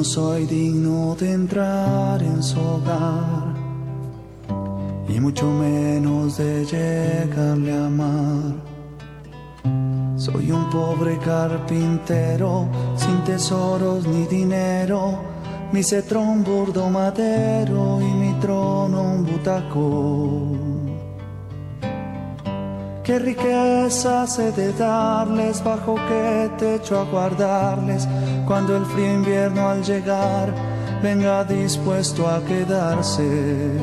soy digno de entrar en su hogar, y mucho menos de llegarle a amar. Soy un pobre carpintero, sin tesoros ni dinero, mi cetro un burdo madero y mi trono un butacón. Qué riquezas he de darles, bajo qué techo aguardarles, cuando el frío invierno al llegar venga dispuesto a quedarse.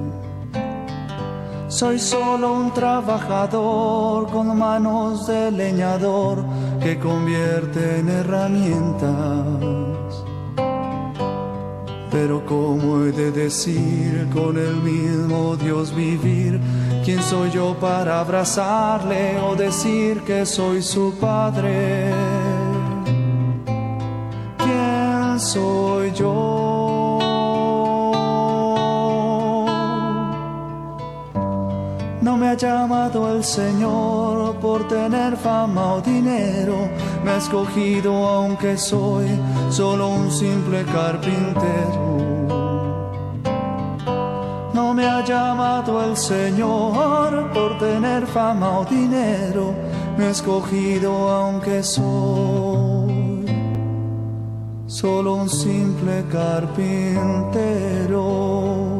Soy solo un trabajador con manos de leñador que convierte en herramientas. Pero ¿cómo he de decir con el mismo Dios vivir? ¿Quién soy yo para abrazarle o decir que soy su padre? ¿Quién soy yo? No me ha llamado el Señor por tener fama o dinero, me ha escogido aunque soy solo un simple carpintero. No me ha llamado el Señor por tener fama o dinero, me ha escogido aunque soy solo un simple carpintero.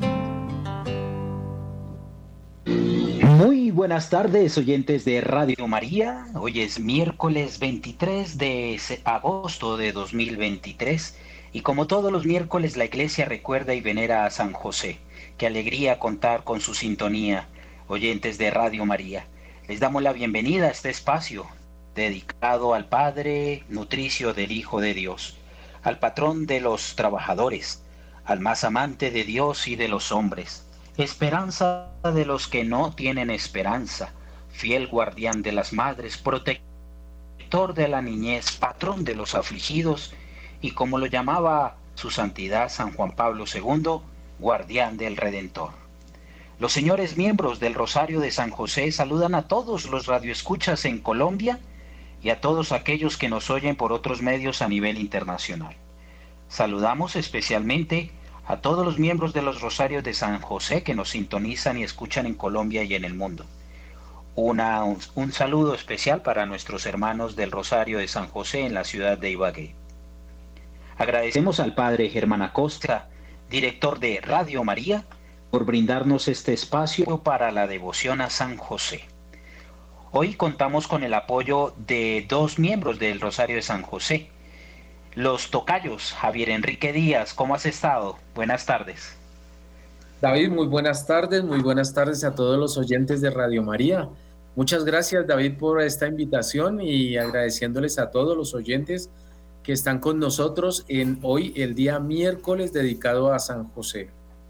Muy buenas tardes, oyentes de Radio María. Hoy es miércoles 23 de agosto de 2023 y como todos los miércoles la Iglesia recuerda y venera a San José. Qué alegría contar con su sintonía, oyentes de Radio María. Les damos la bienvenida a este espacio dedicado al Padre nutricio del Hijo de Dios, al patrón de los trabajadores, al más amante de Dios y de los hombres, esperanza de los que no tienen esperanza, fiel guardián de las madres, protector de la niñez, patrón de los afligidos y, como lo llamaba su santidad San Juan Pablo II, guardián del Redentor. Los señores miembros del Rosario de San José saludan a todos los radioescuchas en Colombia y a todos aquellos que nos oyen por otros medios a nivel internacional. Saludamos especialmente a todos los miembros de los Rosarios de San José que nos sintonizan y escuchan en Colombia y en el mundo. Un saludo especial para nuestros hermanos del Rosario de San José en la ciudad de Ibagué. Agradecemos al Padre Germán Acosta, director de Radio María, por brindarnos este espacio para la devoción a San José. Hoy contamos con el apoyo de dos miembros del Rosario de San José, los tocayos. Javier Enrique Díaz, ¿cómo has estado? Buenas tardes. David, muy buenas tardes a todos los oyentes de Radio María. Muchas gracias, David, por esta invitación y agradeciéndoles a todos los oyentes que están con nosotros en hoy, el día miércoles dedicado a San José.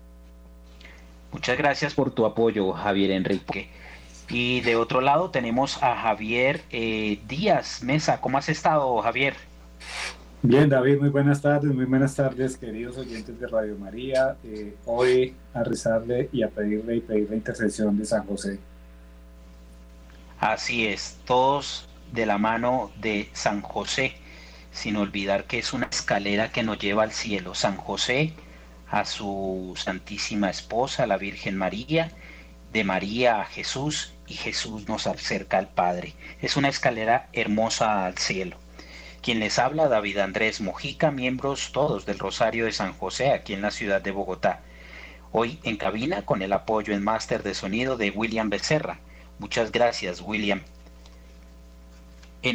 Muchas gracias por tu apoyo, Javier Enrique. Y de otro lado tenemos a Javier Díaz Mesa. ¿Cómo has estado, Javier? Bien, David, muy buenas tardes, queridos oyentes de Radio María. Hoy a rezarle y a pedir la intercesión de San José. Así es, todos de la mano de San José, sin olvidar que es una escalera que nos lleva al cielo. San José a su santísima esposa, la Virgen María, de María a Jesús, y Jesús nos acerca al Padre. Es una escalera hermosa al cielo. Quien les habla, David Andrés Mojica, miembros todos del Rosario de San José, aquí en la ciudad de Bogotá. Hoy en cabina con el apoyo en máster de sonido de William Becerra. Muchas gracias, William. En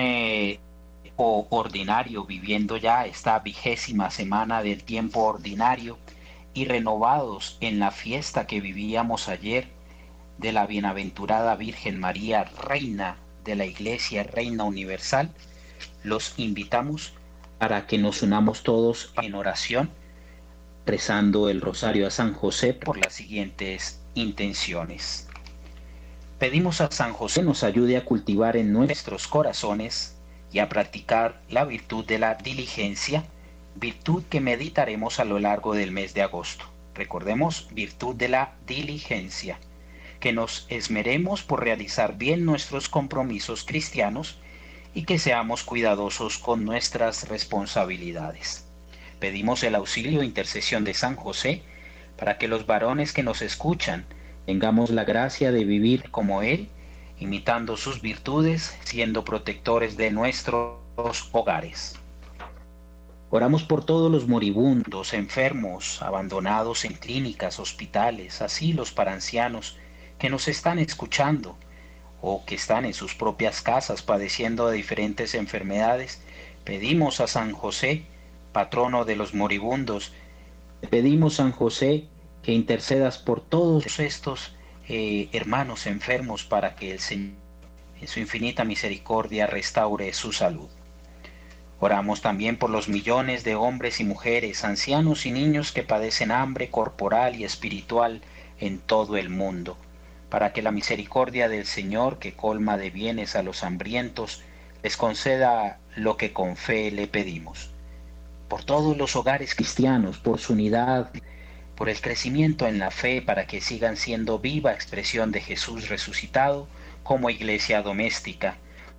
ordinario, viviendo ya esta 20ª semana del tiempo ordinario y renovados en la fiesta que vivíamos ayer de la bienaventurada Virgen María, Reina de la Iglesia, Reina Universal, los invitamos para que nos unamos todos en oración, rezando el Rosario a San José por las siguientes intenciones. Pedimos a San José nos ayude a cultivar en nuestros corazones y a practicar la virtud de la diligencia, virtud que meditaremos a lo largo del mes de agosto. Recordemos, virtud de la diligencia, que nos esmeremos por realizar bien nuestros compromisos cristianos y que seamos cuidadosos con nuestras responsabilidades. pedimos el auxilio e intercesión de San José para que los varones que nos escuchan tengamos la gracia de vivir como Él, imitando sus virtudes, siendo protectores de nuestros hogares. Oramos por todos los moribundos, enfermos, abandonados en clínicas, hospitales, asilos para ancianos que nos están escuchando o que están en sus propias casas padeciendo de diferentes enfermedades. Pedimos a San José, patrono de los moribundos, pedimos San José que intercedas por todos estos hermanos enfermos para que el Señor en su infinita misericordia restaure su salud. Oramos también por los millones de hombres y mujeres, ancianos y niños que padecen hambre corporal y espiritual en todo el mundo, para que la misericordia del Señor, que colma de bienes a los hambrientos, les conceda lo que con fe le pedimos. Por todos los hogares cristianos, por su unidad, por el crecimiento en la fe, para que sigan siendo viva expresión de Jesús resucitado como iglesia doméstica.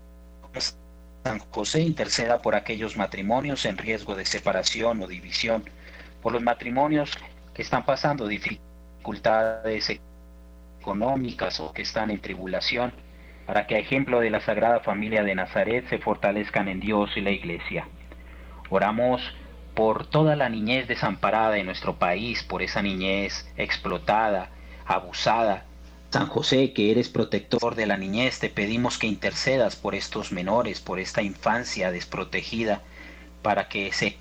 San José interceda por aquellos matrimonios en riesgo de separación o división, por los matrimonios que están pasando dificultades económicas o que están en tribulación, para que a ejemplo de la Sagrada Familia de Nazaret se fortalezcan en Dios y la Iglesia. Oramos por toda la niñez desamparada en nuestro país, por esa niñez explotada, abusada. San José, que eres protector de la niñez, te pedimos que intercedas por estos menores, por esta infancia desprotegida, para que se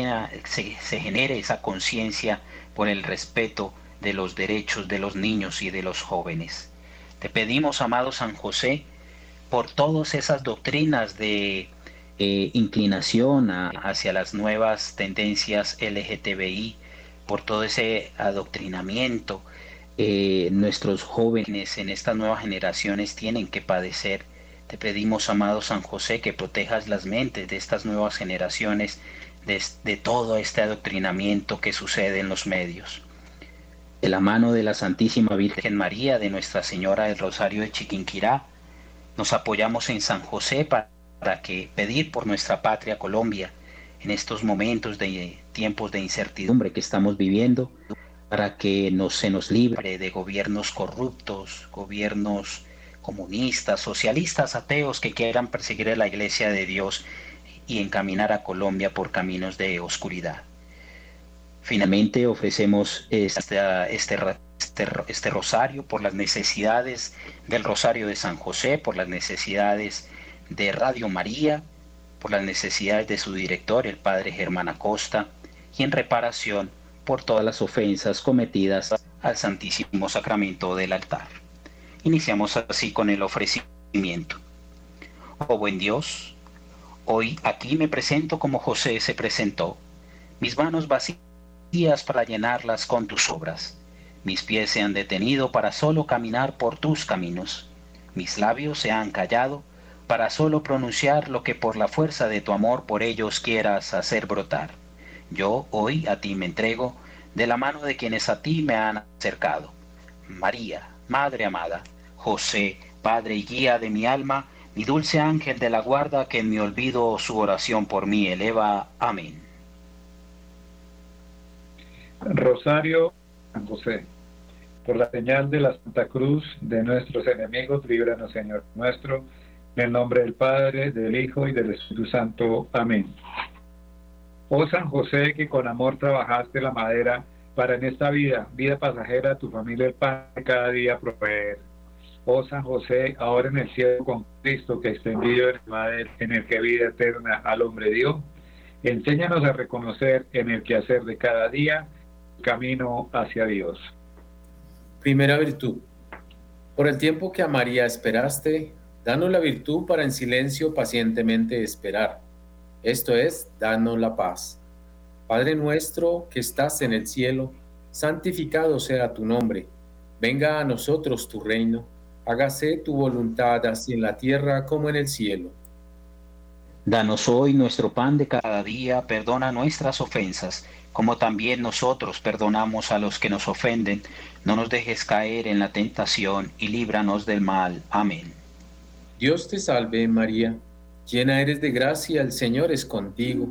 genere esa conciencia por el respeto de los derechos de los niños y de los jóvenes. Te pedimos, amado San José, por todas esas doctrinas de inclinación hacia las nuevas tendencias LGTBI, por todo ese adoctrinamiento. Nuestros jóvenes en estas nuevas generaciones tienen que padecer. Te pedimos, amado San José, que protejas las mentes de estas nuevas generaciones de todo este adoctrinamiento que sucede en los medios. De la mano de la Santísima Virgen María, de Nuestra Señora del Rosario de Chiquinquirá, nos apoyamos en San José para que pedir por nuestra patria Colombia en estos momentos de tiempos de incertidumbre que estamos viviendo, para que se nos libre de gobiernos corruptos, gobiernos comunistas, socialistas, ateos que quieran perseguir a la Iglesia de Dios y encaminar a Colombia por caminos de oscuridad. Finalmente ofrecemos este rosario por las necesidades del Rosario de San José, por las necesidades de Radio María, por las necesidades de su director, el Padre Germán Acosta, y en reparación por todas las ofensas cometidas al Santísimo Sacramento del altar. Iniciamos así con el ofrecimiento. Oh buen Dios, hoy aquí me presento como José se presentó, mis manos vacías para llenarlas con tus obras. Mis pies se han detenido para solo caminar por tus caminos. Mis labios se han callado para solo pronunciar lo que por la fuerza de tu amor por ellos quieras hacer brotar. Yo hoy a ti me entrego de la mano de quienes a ti me han acercado. María, Madre amada, José, Padre y guía de mi alma, mi dulce ángel de la guarda, que en mi olvido su oración por mí eleva. Amén. Rosario San José, por la señal de la Santa Cruz de nuestros enemigos, líbranos, Señor nuestro, en el nombre del Padre, del Hijo y del Espíritu Santo. Amén. Oh San José, que con amor trabajaste la madera para en esta vida pasajera, tu familia el pan de cada día proveer. Oh San José, ahora en el cielo con Cristo, que extendido en el madero, en el que vida eterna al hombre dio, enséñanos a reconocer en el quehacer de cada día el camino hacia Dios. Primera virtud. Por el tiempo que a María esperaste, danos la virtud para en silencio pacientemente esperar. Esto es, danos la paz. Padre nuestro que estás en el cielo, santificado sea tu nombre. Venga a nosotros tu reino. Hágase tu voluntad así en la tierra como en el cielo. Danos hoy nuestro pan de cada día, perdona nuestras ofensas, como también nosotros perdonamos a los que nos ofenden. No nos dejes caer en la tentación y líbranos del mal. Amén. Dios te salve María, llena eres de gracia, el Señor es contigo.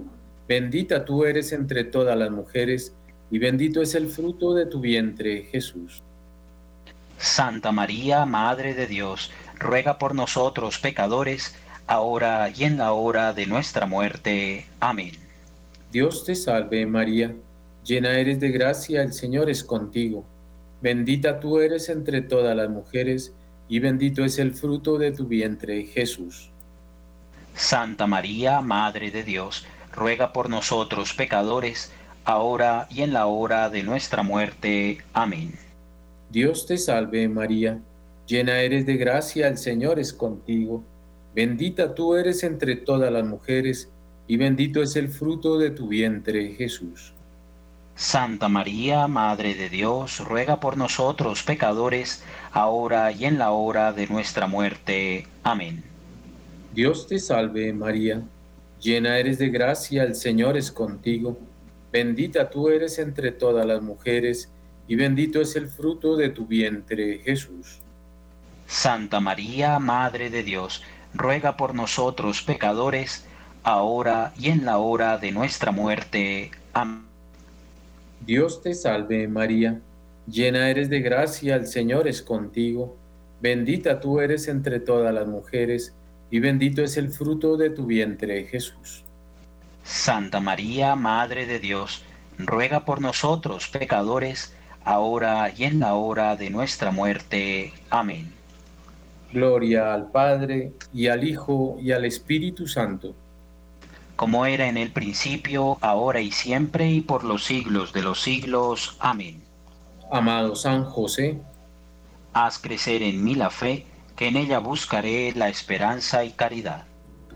Bendita tú eres entre todas las mujeres, y bendito es el fruto de tu vientre, Jesús. Santa María, Madre de Dios, ruega por nosotros pecadores, ahora y en la hora de nuestra muerte. Amén. Dios te salve, María, llena eres de gracia, el Señor es contigo. Bendita tú eres entre todas las mujeres, y bendito es el fruto de tu vientre, Jesús. Santa María, Madre de Dios, ruega por nosotros pecadores, ahora y en la hora de nuestra muerte. Amén. Dios te salve, María, llena eres de gracia, el Señor es contigo. Bendita tú eres entre todas las mujeres, y bendito es el fruto de tu vientre, Jesús. Santa María, Madre de Dios, ruega por nosotros pecadores, ahora y en la hora de nuestra muerte. Amén. Dios te salve, María, llena eres de gracia, el Señor es contigo. Bendita tú eres entre todas las mujeres, y bendito es el fruto de tu vientre, Jesús. Santa María, Madre de Dios, ruega por nosotros pecadores, ahora y en la hora de nuestra muerte. Amén. Dios te salve, María, llena eres de gracia, el Señor es contigo. Bendita tú eres entre todas las mujeres, y bendito es el fruto de tu vientre, Jesús. Santa María, Madre de Dios, ruega por nosotros pecadores, ahora y en la hora de nuestra muerte. Amén. Gloria al Padre, y al Hijo, y al Espíritu Santo. Como era en el principio, ahora y siempre, y por los siglos de los siglos. Amén. Amado San José, haz crecer en mí la fe, que en ella buscaré la esperanza y caridad.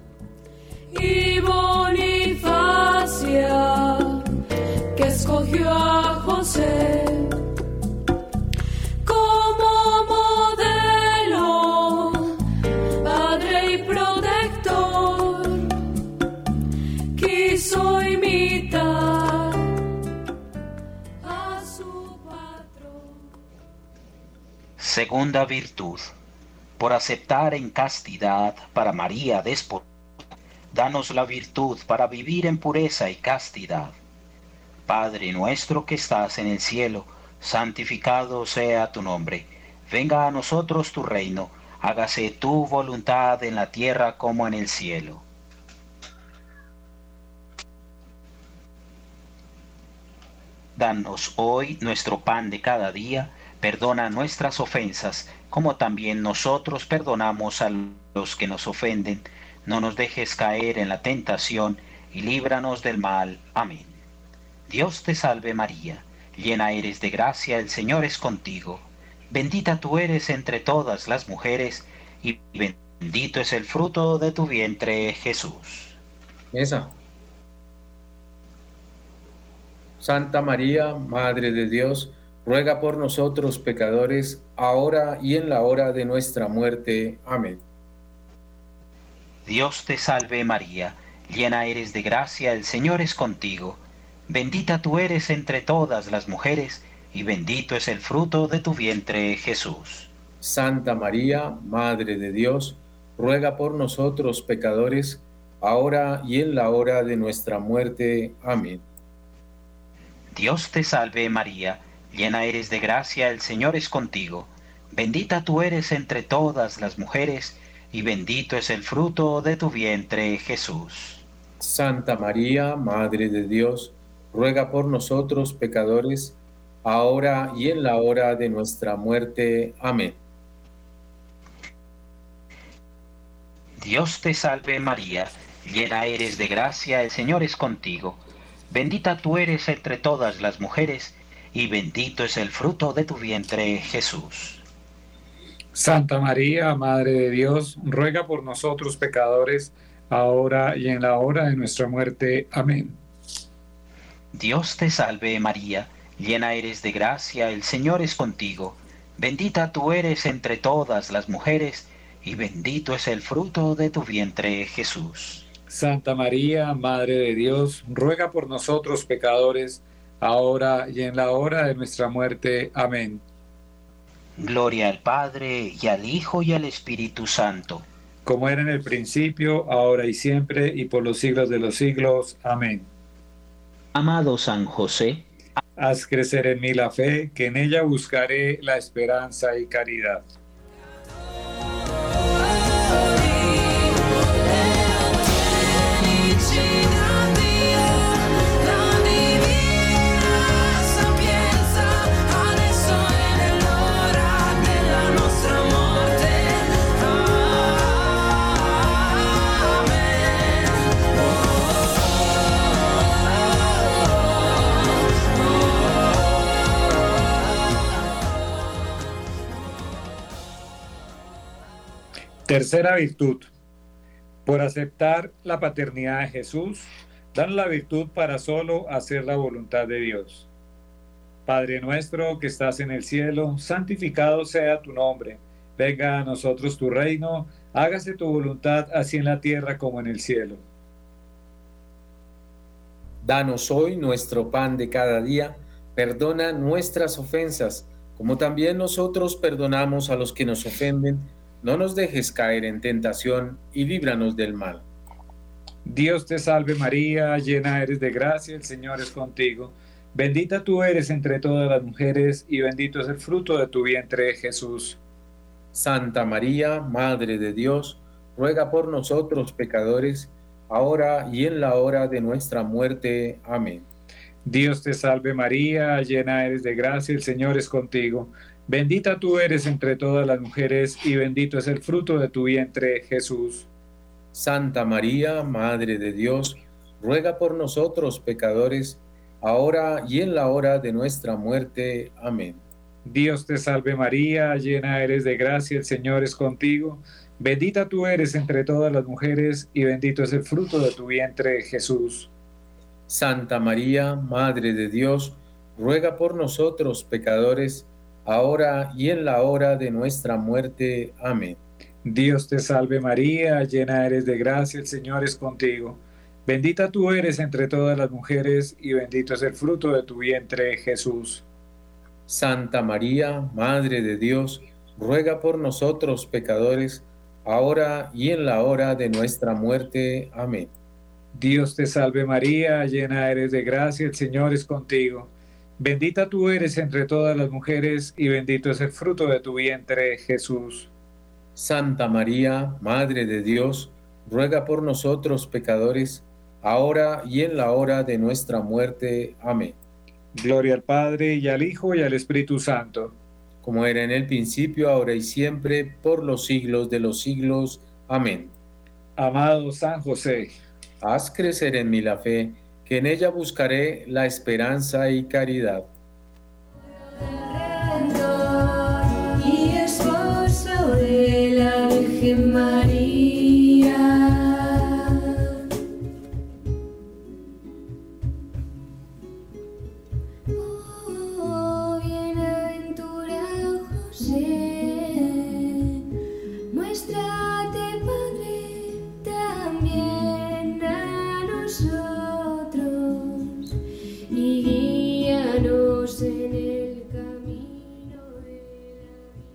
Y Bonifacia, que escogió a José como modelo, padre y protector, quiso imitar a su patrón. Segunda virtud. Por aceptar en castidad para María desposada, danos la virtud para vivir en pureza y castidad. Padre nuestro que estás en el cielo, santificado sea tu nombre. Venga a nosotros tu reino, hágase tu voluntad en la tierra como en el cielo. Danos hoy nuestro pan de cada día, perdona nuestras ofensas, como también nosotros perdonamos a los que nos ofenden. No nos dejes caer en la tentación, y líbranos del mal. Amén. Dios te salve María, llena eres de gracia, el Señor es contigo. Bendita tú eres entre todas las mujeres, y bendito es el fruto de tu vientre, Jesús. Esa. Santa María, Madre de Dios, ruega por nosotros pecadores, ahora y en la hora de nuestra muerte. Amén. Dios te salve María, llena eres de gracia, el Señor es contigo. Bendita tú eres entre todas las mujeres, y bendito es el fruto de tu vientre, Jesús. Santa María, Madre de Dios, ruega por nosotros pecadores, ahora y en la hora de nuestra muerte. Amén. Dios te salve María, llena eres de gracia, el Señor es contigo. Bendita tú eres entre todas las mujeres, y bendito es el fruto de tu vientre, Jesús. Santa María, Madre de Dios, ruega por nosotros pecadores, ahora y en la hora de nuestra muerte. Amén. Dios te salve María, llena eres de gracia, el Señor es contigo. Bendita tú eres entre todas las mujeres, y bendito es el fruto de tu vientre, Jesús. Santa María, Madre de Dios, ruega por nosotros pecadores, ahora y en la hora de nuestra muerte. Amén. Dios te salve María, llena eres de gracia, el Señor es contigo. Bendita tú eres entre todas las mujeres, y bendito es el fruto de tu vientre, Jesús. Santa María, Madre de Dios, ruega por nosotros pecadores, ahora y en la hora de nuestra muerte. Amén. Gloria al Padre, y al Hijo, y al Espíritu Santo. Como era en el principio, ahora y siempre, y por los siglos de los siglos. Amén. Amado San José, haz crecer en mí la fe, que en ella buscaré la esperanza y caridad. Tercera virtud. Por aceptar la paternidad de Jesús, dan la virtud para solo hacer la voluntad de Dios. Padre nuestro que estás en el cielo, santificado sea tu nombre. Venga a nosotros tu reino, hágase tu voluntad así en la tierra como en el cielo. Danos hoy nuestro pan de cada día, perdona nuestras ofensas, como también nosotros perdonamos a los que nos ofenden. No nos dejes caer en tentación y líbranos del mal. Dios te salve María, llena eres de gracia, el Señor es contigo. Bendita tú eres entre todas las mujeres y bendito es el fruto de tu vientre, Jesús. Santa María, Madre de Dios, ruega por nosotros pecadores, ahora y en la hora de nuestra muerte. Amén. Dios te salve María, llena eres de gracia, el Señor es contigo. Bendita tú eres entre todas las mujeres y bendito es el fruto de tu vientre, Jesús. Santa María, Madre de Dios, ruega por nosotros pecadores, ahora y en la hora de nuestra muerte. Amén. Dios te salve María, llena eres de gracia, el Señor es contigo. Bendita tú eres entre todas las mujeres y bendito es el fruto de tu vientre, Jesús. Santa María, Madre de Dios, ruega por nosotros pecadores, ahora y en la hora de nuestra muerte. Amén. Dios te salve María, llena eres de gracia, el Señor es contigo. Bendita tú eres entre todas las mujeres y bendito es el fruto de tu vientre, Jesús. Santa María, Madre de Dios, ruega por nosotros pecadores, ahora y en la hora de nuestra muerte. Amén. Dios te salve María, llena eres de gracia, el Señor es contigo. Bendita tú eres entre todas las mujeres y bendito es el fruto de tu vientre, Jesús. Santa María, Madre de Dios, ruega por nosotros pecadores, ahora y en la hora de nuestra muerte. Amén. Gloria al Padre, y al Hijo, y al Espíritu Santo. Como era en el principio, ahora y siempre, por los siglos de los siglos. Amén. Amado San José, haz crecer en mí la fe, que en ella buscaré la esperanza y caridad. Y esposo de la Virgen María. Oh, bienaventurado José, muéstrate, Padre, también a nosotros y guíanos en el camino de la vida.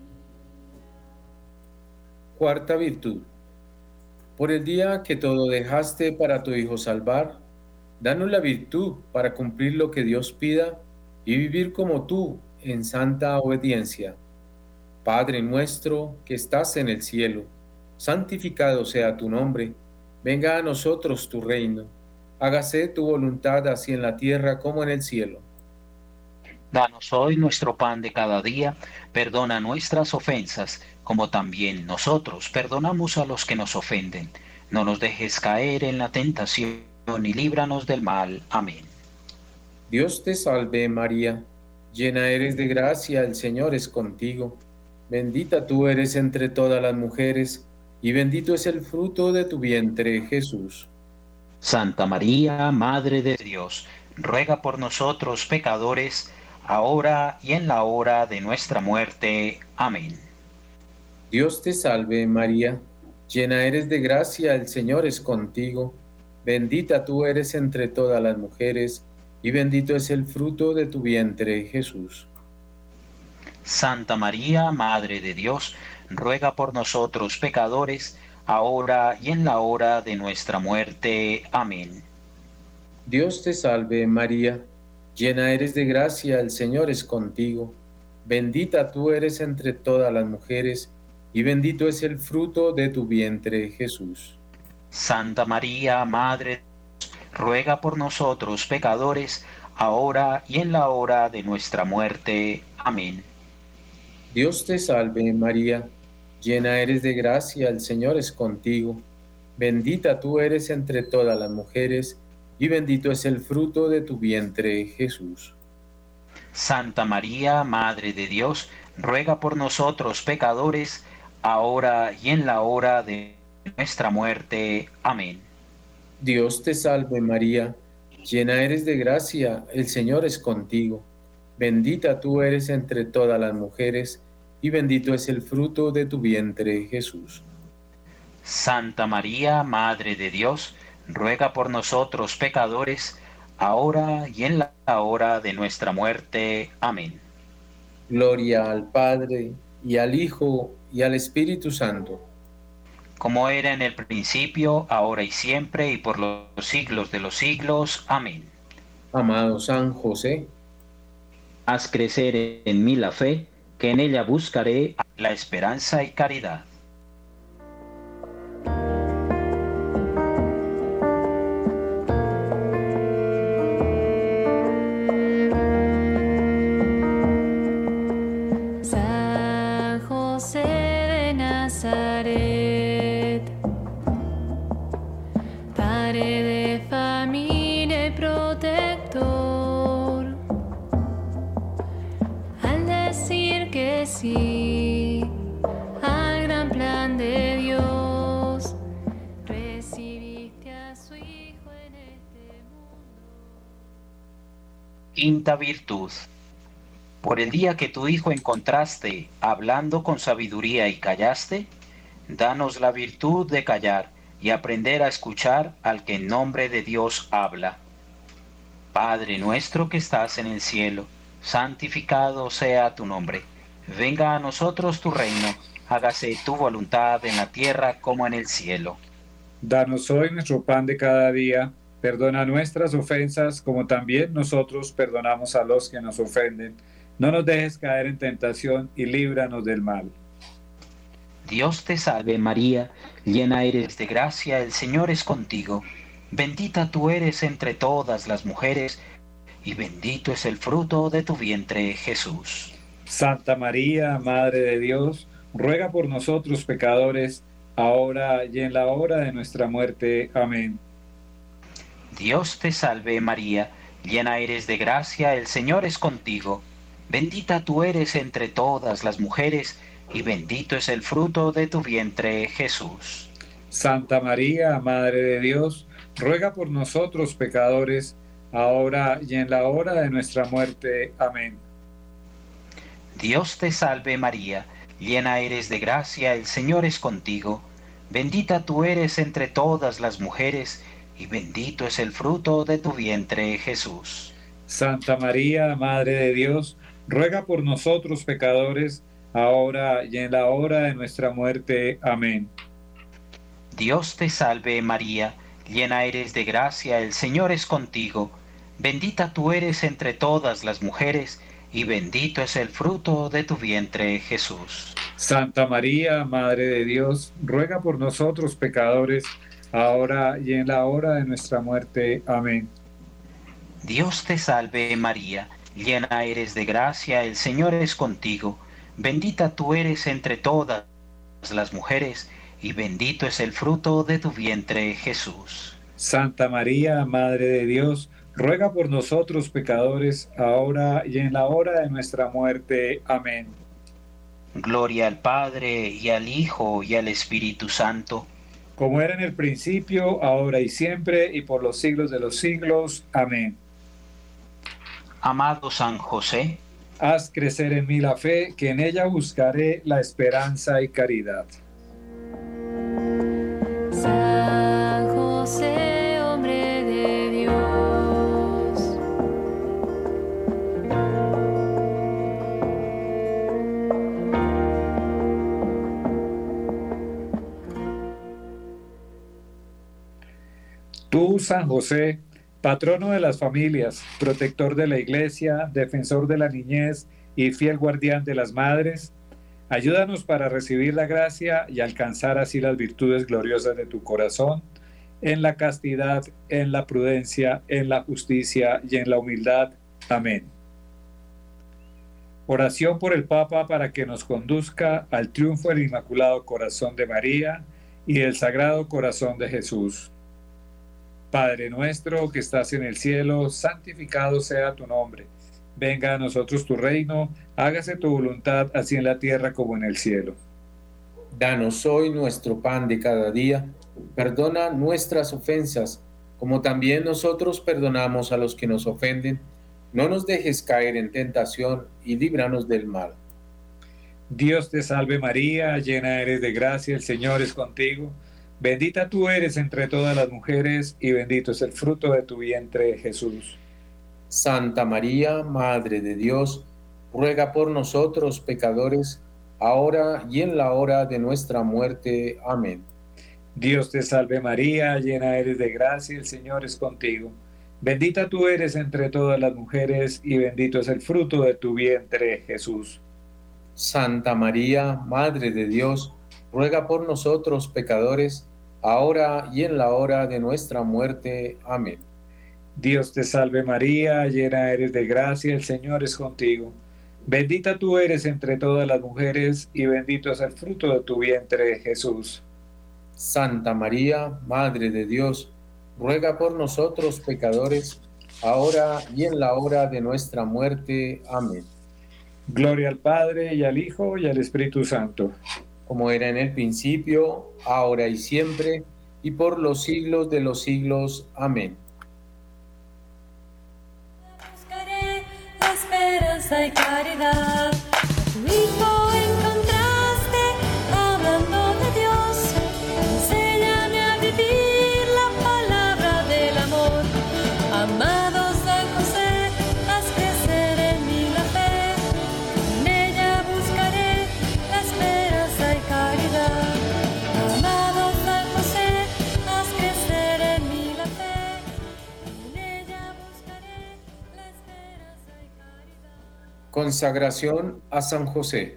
Cuarta virtud. Por el día que todo dejaste para tu Hijo salvar, danos la virtud para cumplir lo que Dios pida y vivir como tú en santa obediencia. Padre nuestro que estás en el cielo, santificado sea tu nombre. Venga a nosotros tu reino. Hágase tu voluntad así en la tierra como en el cielo. danos hoy nuestro pan de cada día, perdona nuestras ofensas, como también nosotros perdonamos a los que nos ofenden. No nos dejes caer en la tentación y líbranos del mal. Amén. Dios te salve María, llena eres de gracia, el Señor es contigo. Bendita tú eres entre todas las mujeres, y bendito es el fruto de tu vientre, Jesús. Santa María, Madre de Dios, ruega por nosotros pecadores, ahora y en la hora de nuestra muerte. Amén. Dios te salve María, llena eres de gracia, el Señor es contigo. Bendita tú eres entre todas las mujeres, y bendito es el fruto de tu vientre, Jesús. Santa María, Madre de Dios, ruega por nosotros pecadores, ahora y en la hora de nuestra muerte. Amén. Dios te salve María, llena eres de gracia, el Señor es contigo. Bendita tú eres entre todas las mujeres, y bendito es el fruto de tu vientre, Jesús. Santa María, Madre de Dios, ruega por nosotros pecadores, ahora y en la hora de nuestra muerte. Amén. Dios te salve María, llena eres de gracia, el Señor es contigo. Bendita tú eres entre todas las mujeres, y bendito es el fruto de tu vientre, Jesús. Santa María, Madre de Dios, ruega por nosotros pecadores, ahora y en la hora de nuestra muerte. Amén. Dios te salve María, llena eres de gracia, el Señor es contigo. Bendita tú eres entre todas las mujeres, y bendito es el fruto de tu vientre, Jesús. Santa María, Madre de Dios, ruega por nosotros pecadores, ahora y en la hora de nuestra muerte. Amén. Gloria al Padre, y al Hijo, y al Espíritu Santo. Como era en el principio, ahora y siempre, y por los siglos de los siglos. Amén. Amado San José, Haz crecer en mí la fe, que en ella buscaré la esperanza y caridad. San José de Nazaret, Padre de familia y protector, al decir que sí al gran plan de Dios, recibiste a su Hijo en este mundo. Quinta virtud. Por el día que tu Hijo encontraste, hablando con sabiduría y callaste, danos la virtud de callar y aprender a escuchar al que en nombre de Dios habla. Padre nuestro que estás en el cielo, santificado sea tu nombre. Venga a nosotros tu reino, hágase tu voluntad en la tierra como en el cielo. Danos hoy nuestro pan de cada día, perdona nuestras ofensas como también nosotros perdonamos a los que nos ofenden. No nos dejes caer en tentación y líbranos del mal. Dios te salve María, llena eres de gracia, el Señor es contigo. Bendita tú eres entre todas las mujeres, y bendito es el fruto de tu vientre, Jesús. Santa María, Madre de Dios, ruega por nosotros pecadores, ahora y en la hora de nuestra muerte. Amén. Dios te salve María, llena eres de gracia, el Señor es contigo. Bendita tú eres entre todas las mujeres, y bendito es el fruto de tu vientre, Jesús. Santa María, Madre de Dios, ruega por nosotros pecadores, ahora y en la hora de nuestra muerte. Amén. Dios te salve María, llena eres de gracia, el Señor es contigo. Bendita tú eres entre todas las mujeres, y bendito es el fruto de tu vientre, Jesús. Santa María, Madre de Dios, ruega por nosotros pecadores, ahora y en la hora de nuestra muerte. Amén. Dios te salve María, llena eres de gracia, el Señor es contigo. Bendita tú eres entre todas las mujeres, y bendito es el fruto de tu vientre, Jesús. Santa María, Madre de Dios, ruega por nosotros pecadores, ahora y en la hora de nuestra muerte. Amén. Dios te salve María, llena eres de gracia, el Señor es contigo. Bendita tú eres entre todas las mujeres, y bendito es el fruto de tu vientre, Jesús. Santa María, Madre de Dios, ruega por nosotros pecadores, ahora y en la hora de nuestra muerte. Amén. Gloria al Padre, y al Hijo, y al Espíritu Santo. Como era en el principio, ahora y siempre, y por los siglos de los siglos. Amén. Amado San José, haz crecer en mí la fe, que en ella buscaré la esperanza y caridad. San José, hombre de Dios, Tú, San José, Patrono de las familias, protector de la iglesia, defensor de la niñez y fiel guardián de las madres, ayúdanos para recibir la gracia y alcanzar así las virtudes gloriosas de tu corazón, en la castidad, en la prudencia, en la justicia y en la humildad. Amén. Oración por el Papa para que nos conduzca al triunfo del Inmaculado Corazón de María y del Sagrado Corazón de Jesús. Padre nuestro que estás en el cielo, santificado sea tu nombre. Venga a nosotros tu reino, hágase tu voluntad, así en la tierra como en el cielo. Danos hoy nuestro pan de cada día. Perdona nuestras ofensas, como también nosotros perdonamos a los que nos ofenden. No nos dejes caer en tentación y líbranos del mal. Dios te salve María, llena eres de gracia, el Señor es contigo. Bendita tú eres entre todas las mujeres y bendito es el fruto de tu vientre, Jesús. Santa María, Madre de Dios, ruega por nosotros pecadores, ahora y en la hora de nuestra muerte. Amén. Dios te salve María, llena eres de gracia, el Señor es contigo. Bendita tú eres entre todas las mujeres y bendito es el fruto de tu vientre, Jesús. Santa María, Madre de Dios, ruega por nosotros pecadores, ahora y en la hora de nuestra muerte. Amén. Dios te salve María, llena eres de gracia, el Señor es contigo. Bendita tú eres entre todas las mujeres y bendito es el fruto de tu vientre, Jesús. Santa María, Madre de Dios, ruega por nosotros pecadores, ahora y en la hora de nuestra muerte. Amén. Gloria al Padre, y al Hijo, y al Espíritu Santo. Como era en el principio, ahora y siempre, y por los siglos de los siglos. Amén. Buscaré la esperanza y caridad. Tu Hijo encontraste hablando de Dios. Enséñame a vivir la palabra del amor. Amado San José, haz crecer en mí la fe. En ella buscaré la esperanza y caridad. Amado San José, haz crecer en mí la fe. En ella buscaré la esperanza y caridad. Consagración a San José.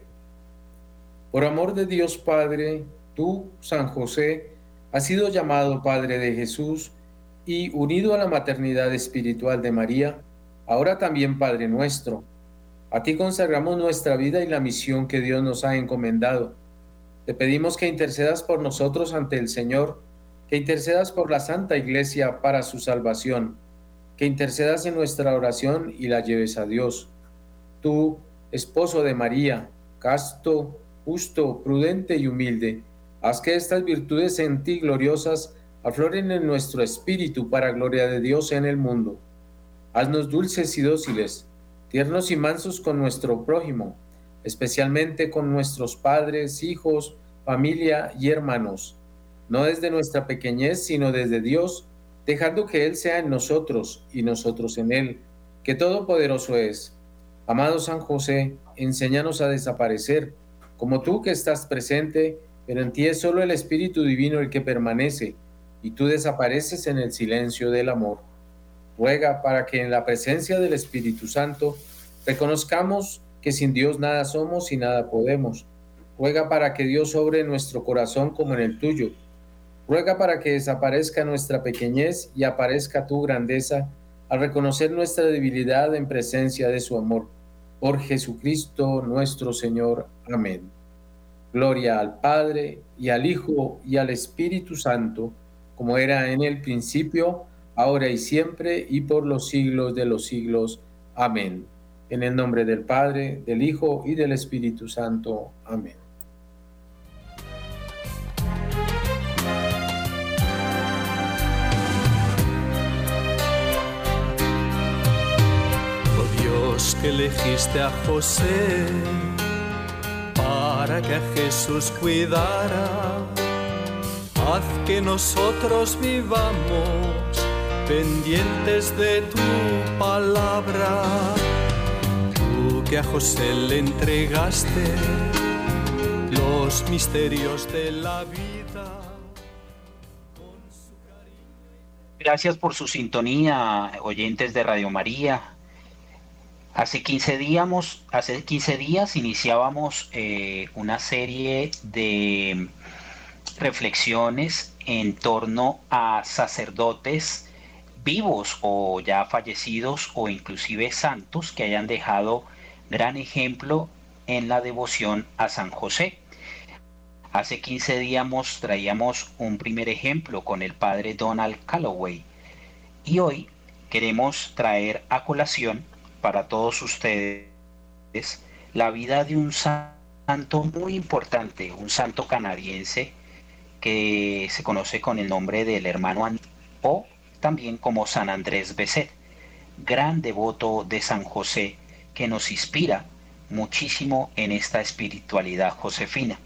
Por amor de Dios Padre, tú, San José, has sido llamado Padre de Jesús y unido a la maternidad espiritual de María, ahora también Padre nuestro. A ti consagramos nuestra vida y la misión que Dios nos ha encomendado. Te pedimos que intercedas por nosotros ante el Señor, que intercedas por la Santa Iglesia para su salvación, que intercedas en nuestra oración y la lleves a Dios. Tú, esposo de María, casto, justo, prudente y humilde, haz que estas virtudes en ti gloriosas afloren en nuestro espíritu para gloria de Dios en el mundo. Haznos dulces y dóciles, tiernos y mansos con nuestro prójimo, especialmente con nuestros padres, hijos, familia y hermanos, no desde nuestra pequeñez, sino desde Dios, dejando que Él sea en nosotros y nosotros en Él, que todopoderoso es. Amado San José, enséñanos a desaparecer, como tú que estás presente, pero en ti es solo el Espíritu Divino el que permanece, y tú desapareces en el silencio del amor. Ruega para que en la presencia del Espíritu Santo reconozcamos que sin Dios nada somos y nada podemos. Ruega para que Dios obre en nuestro corazón como en el tuyo. Ruega para que desaparezca nuestra pequeñez y aparezca tu grandeza al reconocer nuestra debilidad en presencia de su amor. Por Jesucristo nuestro Señor. Amén. Gloria al Padre, y al Hijo, y al Espíritu Santo, como era en el principio, ahora y siempre, y por los siglos de los siglos. Amén. En el nombre del Padre, del Hijo, y del Espíritu Santo. Amén. Oh Dios, que elegiste a José para que a Jesús cuidara, haz que nosotros vivamos pendientes de tu palabra. Tú que a José le entregaste los misterios de la vida. Gracias por su sintonía, oyentes de Radio María. Hace 15 días iniciábamos una serie de reflexiones en torno a sacerdotes vivos o ya fallecidos o inclusive santos que hayan dejado gran ejemplo en la devoción a San José. Hace 15 días traíamos un primer ejemplo con el padre Donald Calloway y hoy queremos traer a colación para todos ustedes la vida de un santo muy importante, un santo canadiense que se conoce con el nombre del hermano Andrés, o también como San Andrés Bessette, gran devoto de San José que nos inspira muchísimo en esta espiritualidad josefina.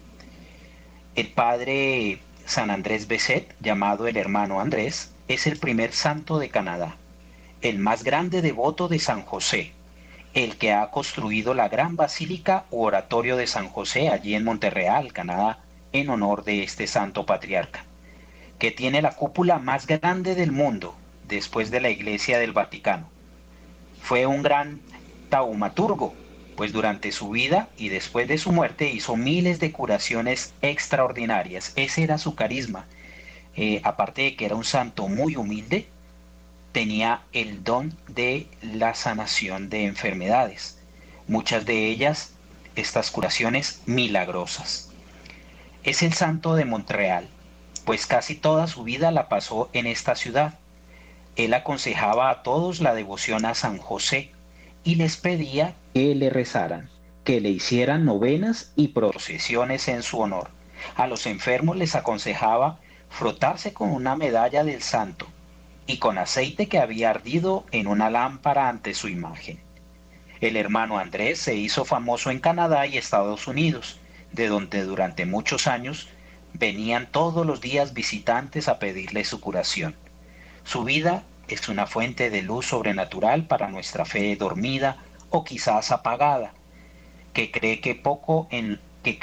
El padre San Andrés Bessette, llamado el hermano Andrés, es el primer santo de Canadá, el más grande devoto de San José, el que ha construido la gran basílica u oratorio de San José allí en Montreal, Canadá, en honor de este santo patriarca, que tiene la cúpula más grande del mundo después de la Iglesia del Vaticano. Fue un gran taumaturgo, pues durante su vida y después de su muerte hizo miles de curaciones extraordinarias. Ese era su carisma. Aparte de que era un santo muy humilde, tenía el don de la sanación de enfermedades, muchas de ellas estas curaciones milagrosas. Es el santo de Montreal, pues casi toda su vida la pasó en esta ciudad. Él aconsejaba a todos la devoción a San José y les pedía que le rezaran, que le hicieran novenas y procesiones en su honor. A los enfermos les aconsejaba frotarse con una medalla del santo y con aceite que había ardido en una lámpara ante su imagen. El hermano Andrés se hizo famoso en Canadá y Estados Unidos, de donde durante muchos años venían todos los días visitantes a pedirle su curación. Su vida es una fuente de luz sobrenatural para nuestra fe dormida o quizás apagada, que cree poco en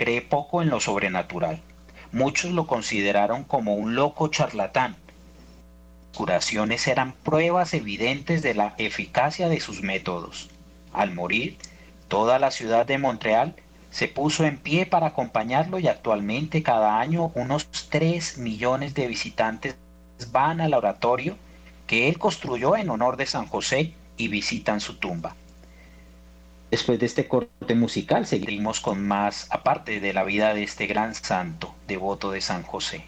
lo sobrenatural. Muchos lo consideraron como un loco charlatán. Las curaciones eran pruebas evidentes de la eficacia de sus métodos. Al morir, toda la ciudad de Montreal se puso en pie para acompañarlo y actualmente cada año unos 3 millones de visitantes van al oratorio que él construyó en honor de San José y visitan su tumba. Después de este corte musical seguiremos con más, aparte de la vida de este gran santo devoto de San José.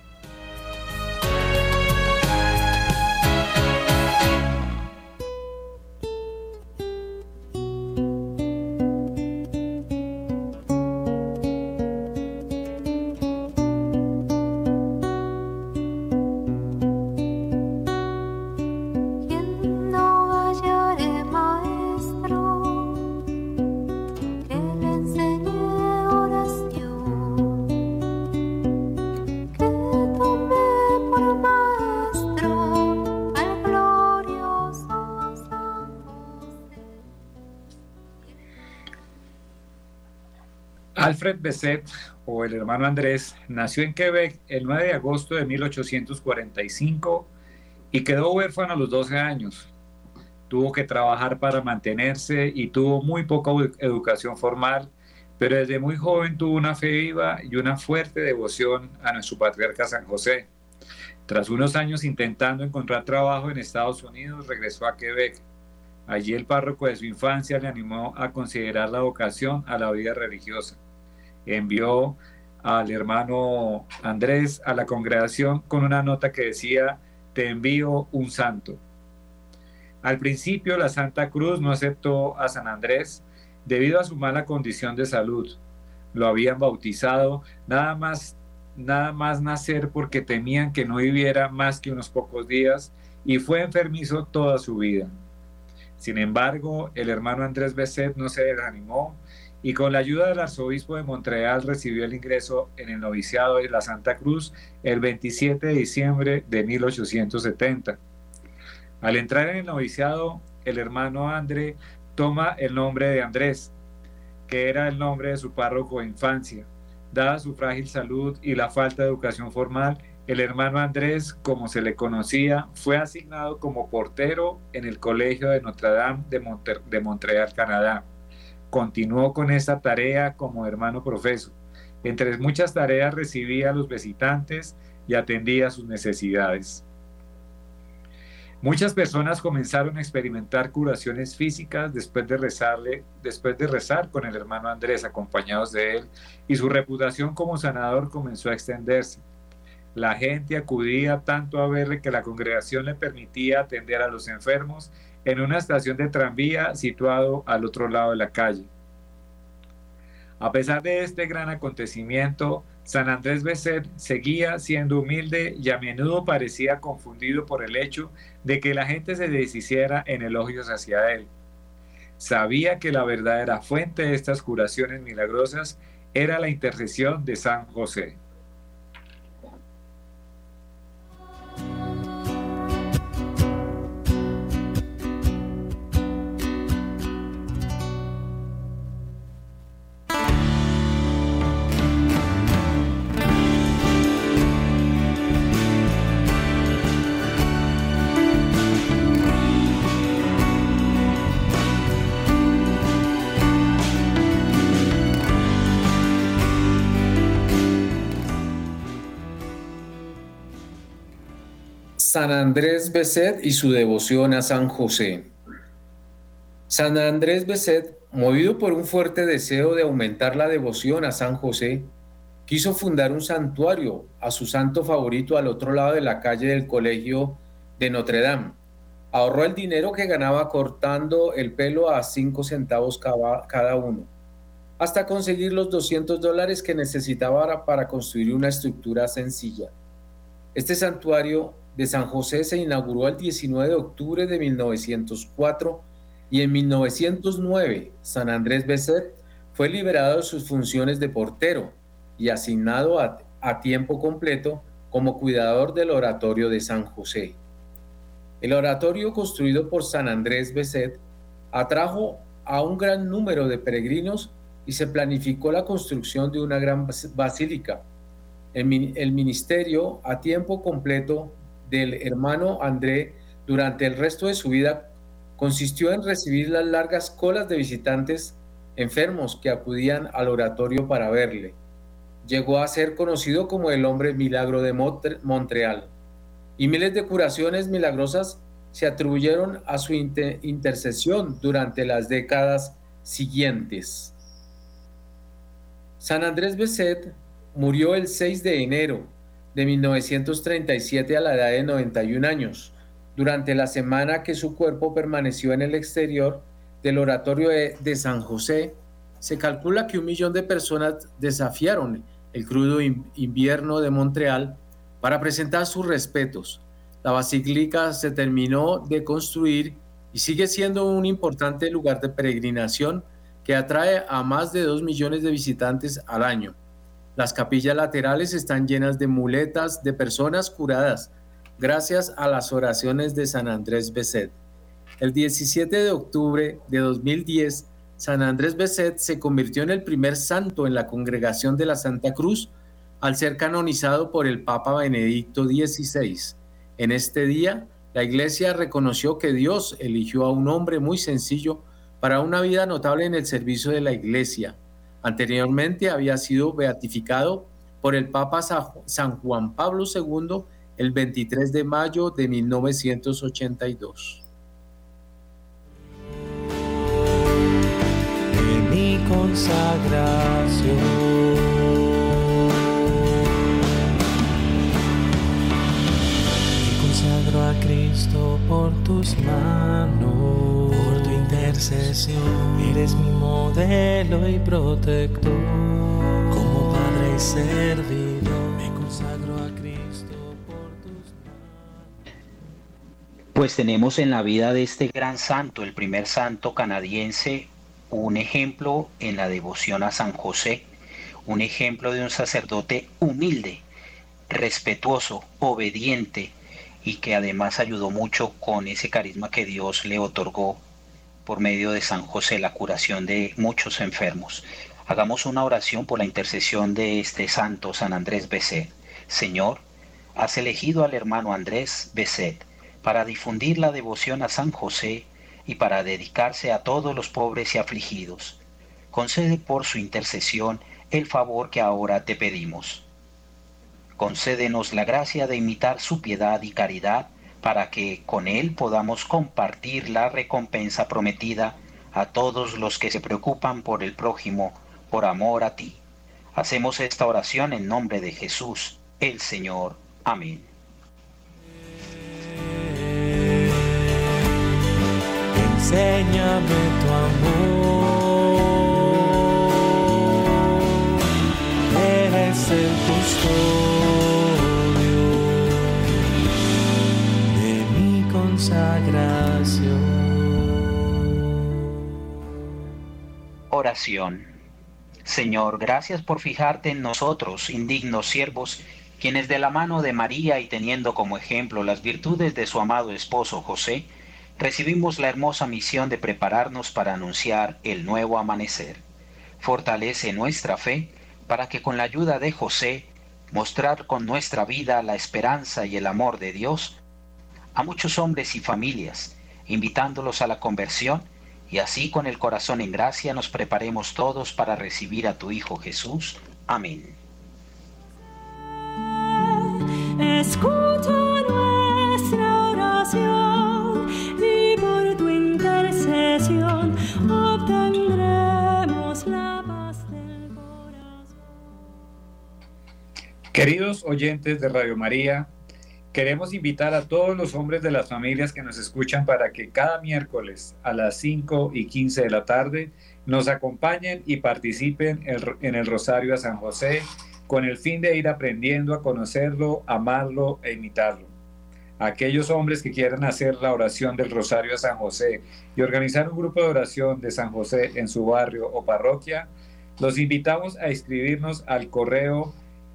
Alfred Bessette, o el hermano Andrés, nació en Quebec el 9 de agosto de 1845 y quedó huérfano a los 12 años. Tuvo que trabajar para mantenerse y tuvo muy poca educación formal, pero desde muy joven tuvo una fe viva y una fuerte devoción a nuestro patriarca San José. Tras unos años intentando encontrar trabajo en Estados Unidos, regresó a Quebec. Allí el párroco de su infancia le animó a considerar la vocación a la vida religiosa. Envió al hermano Andrés a la congregación con una nota que decía: te envío un santo. Al principio la Santa Cruz no aceptó a San Andrés debido a su mala condición de salud. Lo habían bautizado nada más nacer porque temían que no viviera más que unos pocos días y fue enfermizo toda su vida. Sin embargo, el hermano Andrés Bessette no se desanimó y con la ayuda del arzobispo de Montreal recibió el ingreso en el noviciado de la Santa Cruz el 27 de diciembre de 1870. Al entrar en el noviciado, el hermano André toma el nombre de Andrés, que era el nombre de su párroco de infancia. Dada su frágil salud y la falta de educación formal, El hermano Andrés, como se le conocía, fue asignado como portero en el Colegio de Notre Dame de Montreal, Canadá. Continuó con esta tarea como hermano profeso. Entre muchas tareas recibía a los visitantes y atendía sus necesidades. Muchas personas comenzaron a experimentar curaciones físicas después de rezar con el hermano Andrés, acompañados de él, y su reputación como sanador comenzó a extenderse. La gente acudía tanto a verle que la congregación le permitía atender a los enfermos en una estación de tranvía situado al otro lado de la calle. A pesar de este gran acontecimiento, San Andrés Bessette seguía siendo humilde y a menudo parecía confundido por el hecho de que la gente se deshiciera en elogios hacia él. Sabía que la verdadera fuente de estas curaciones milagrosas era la intercesión de San José. San Andrés Bessette y su devoción a San José. San Andrés Bessette, movido por un fuerte deseo de aumentar la devoción a San José, quiso fundar un santuario a su santo favorito al otro lado de la calle del Colegio de Notre Dame. Ahorró el dinero que ganaba cortando el pelo a 5 centavos cada uno, hasta conseguir los $200 que necesitaba para construir una estructura sencilla. Este santuario de San José se inauguró el 19 de octubre de 1904 y en 1909 San Andrés Bessette fue liberado de sus funciones de portero y asignado a tiempo completo como cuidador del oratorio de San José. El oratorio construido por San Andrés Bessette atrajo a un gran número de peregrinos y se planificó la construcción de una gran basílica. El ministerio a tiempo completo del hermano André durante el resto de su vida consistió en recibir las largas colas de visitantes enfermos que acudían al oratorio para verle. Llegó a ser conocido como el hombre milagro de Montreal, y miles de curaciones milagrosas se atribuyeron a su intercesión durante las décadas siguientes. San Andrés Bessette murió el 6 de enero de 1937 a la edad de 91 años, durante la semana que su cuerpo permaneció en el exterior del oratorio de San José. Se calcula que 1 millón de personas desafiaron el crudo invierno de Montreal para presentar sus respetos. La basílica se terminó de construir y sigue siendo un importante lugar de peregrinación que atrae a más de 2 millones de visitantes al año. Las capillas laterales están llenas de muletas de personas curadas gracias a las oraciones de San Andrés Bessette. El 17 de octubre de 2010, San Andrés Bessette se convirtió en el primer santo en la Congregación de la Santa Cruz al ser canonizado por el Papa Benedicto XVI. En este día, la Iglesia reconoció que Dios eligió a un hombre muy sencillo para una vida notable en el servicio de la Iglesia. Anteriormente había sido beatificado por el Papa San Juan Pablo II el 23 de mayo de 1982. De mi consagración, me consagro a Cristo por tus manos, por tu intercesión. Eres mi modelo y protector, como Padre y servidor. Me consagro a Cristo por tus manos. Pues tenemos en la vida de este gran santo, el primer santo canadiense, un ejemplo en la devoción a San José, un ejemplo de un sacerdote humilde, respetuoso, obediente, y que además ayudó mucho con ese carisma que Dios le otorgó por medio de San José, la curación de muchos enfermos. Hagamos una oración por la intercesión de este santo, San Andrés Bessette. Señor, has elegido al hermano Andrés Beset para difundir la devoción a San José y para dedicarse a todos los pobres y afligidos. Concede por su intercesión el favor que ahora te pedimos. Concédenos la gracia de imitar su piedad y caridad para que con él podamos compartir la recompensa prometida a todos los que se preocupan por el prójimo, por amor a ti. Hacemos esta oración en nombre de Jesús, el Señor. Amén. Enséñame tu amor, eres el custodio de mi consagración. Oración. Señor, gracias por fijarte en nosotros, indignos siervos, quienes de la mano de María y teniendo como ejemplo las virtudes de su amado esposo José, recibimos la hermosa misión de prepararnos para anunciar el nuevo amanecer. Fortalece nuestra fe para que con la ayuda de José, mostrar con nuestra vida la esperanza y el amor de Dios a muchos hombres y familias, invitándolos a la conversión, y así con el corazón en gracia nos preparemos todos para recibir a tu Hijo Jesús. Amén. Escucha nuestra oración y por tu intercesión obtendremos la paz del corazón. Queridos oyentes de Radio María, queremos invitar a todos los hombres de las familias que nos escuchan para que cada miércoles a las 5:15 de la tarde nos acompañen y participen en el Rosario a San José, con el fin de ir aprendiendo a conocerlo, amarlo e imitarlo. Aquellos hombres que quieran hacer la oración del Rosario a San José y organizar un grupo de oración de San José en su barrio o parroquia, los invitamos a inscribirnos al correo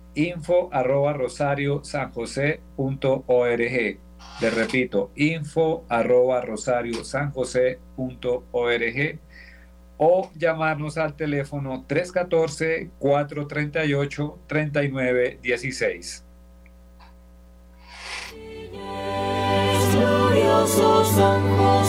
info@rosariosanjose.org. Les repito, info@rosariosanjose.org, o llamarnos al teléfono 314-438-3916. Glorioso San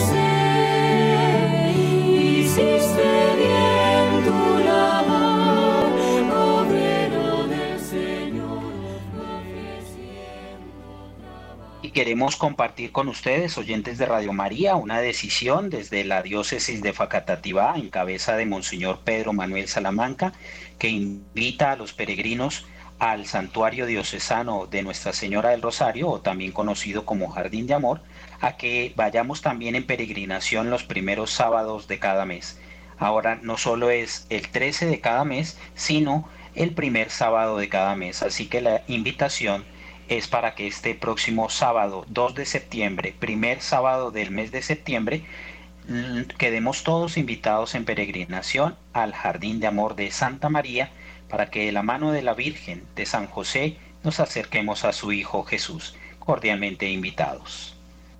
José, hiciste bien tu labor, obrero del Señor, ofreciendo trabajo. Y queremos compartir con ustedes, oyentes de Radio María, una decisión desde la diócesis de Facatativá, en cabeza de Monseñor Pedro Manuel Salamanca, que invita a los peregrinos al santuario diocesano de Nuestra Señora del Rosario, o también conocido como Jardín de Amor, a que vayamos también en peregrinación los primeros sábados de cada mes. Ahora no solo es el 13 de cada mes, sino el primer sábado de cada mes. Así que la invitación es para que este próximo sábado 2 de septiembre, primer sábado del mes de septiembre, quedemos todos invitados en peregrinación al Jardín de Amor de Santa María, para que de la mano de la Virgen de San José nos acerquemos a su Hijo Jesús. Cordialmente invitados.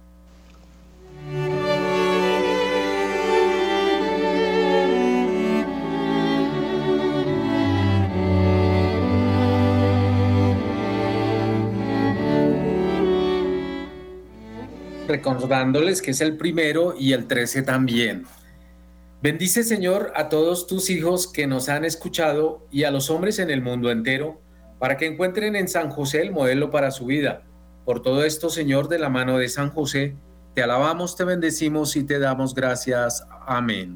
Recordándoles que es el 1 y el 13 también. Bendice, Señor, a todos tus hijos que nos han escuchado y a los hombres en el mundo entero, para que encuentren en San José el modelo para su vida. Por todo esto, Señor, de la mano de San José, te alabamos, te bendecimos y te damos gracias. Amén.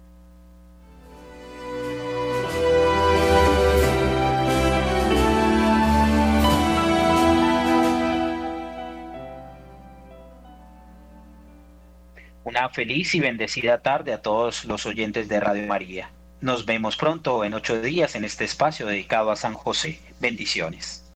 Una feliz y bendecida tarde a todos los oyentes de Radio María. Nos vemos pronto en 8 días en este espacio dedicado a San José. Bendiciones.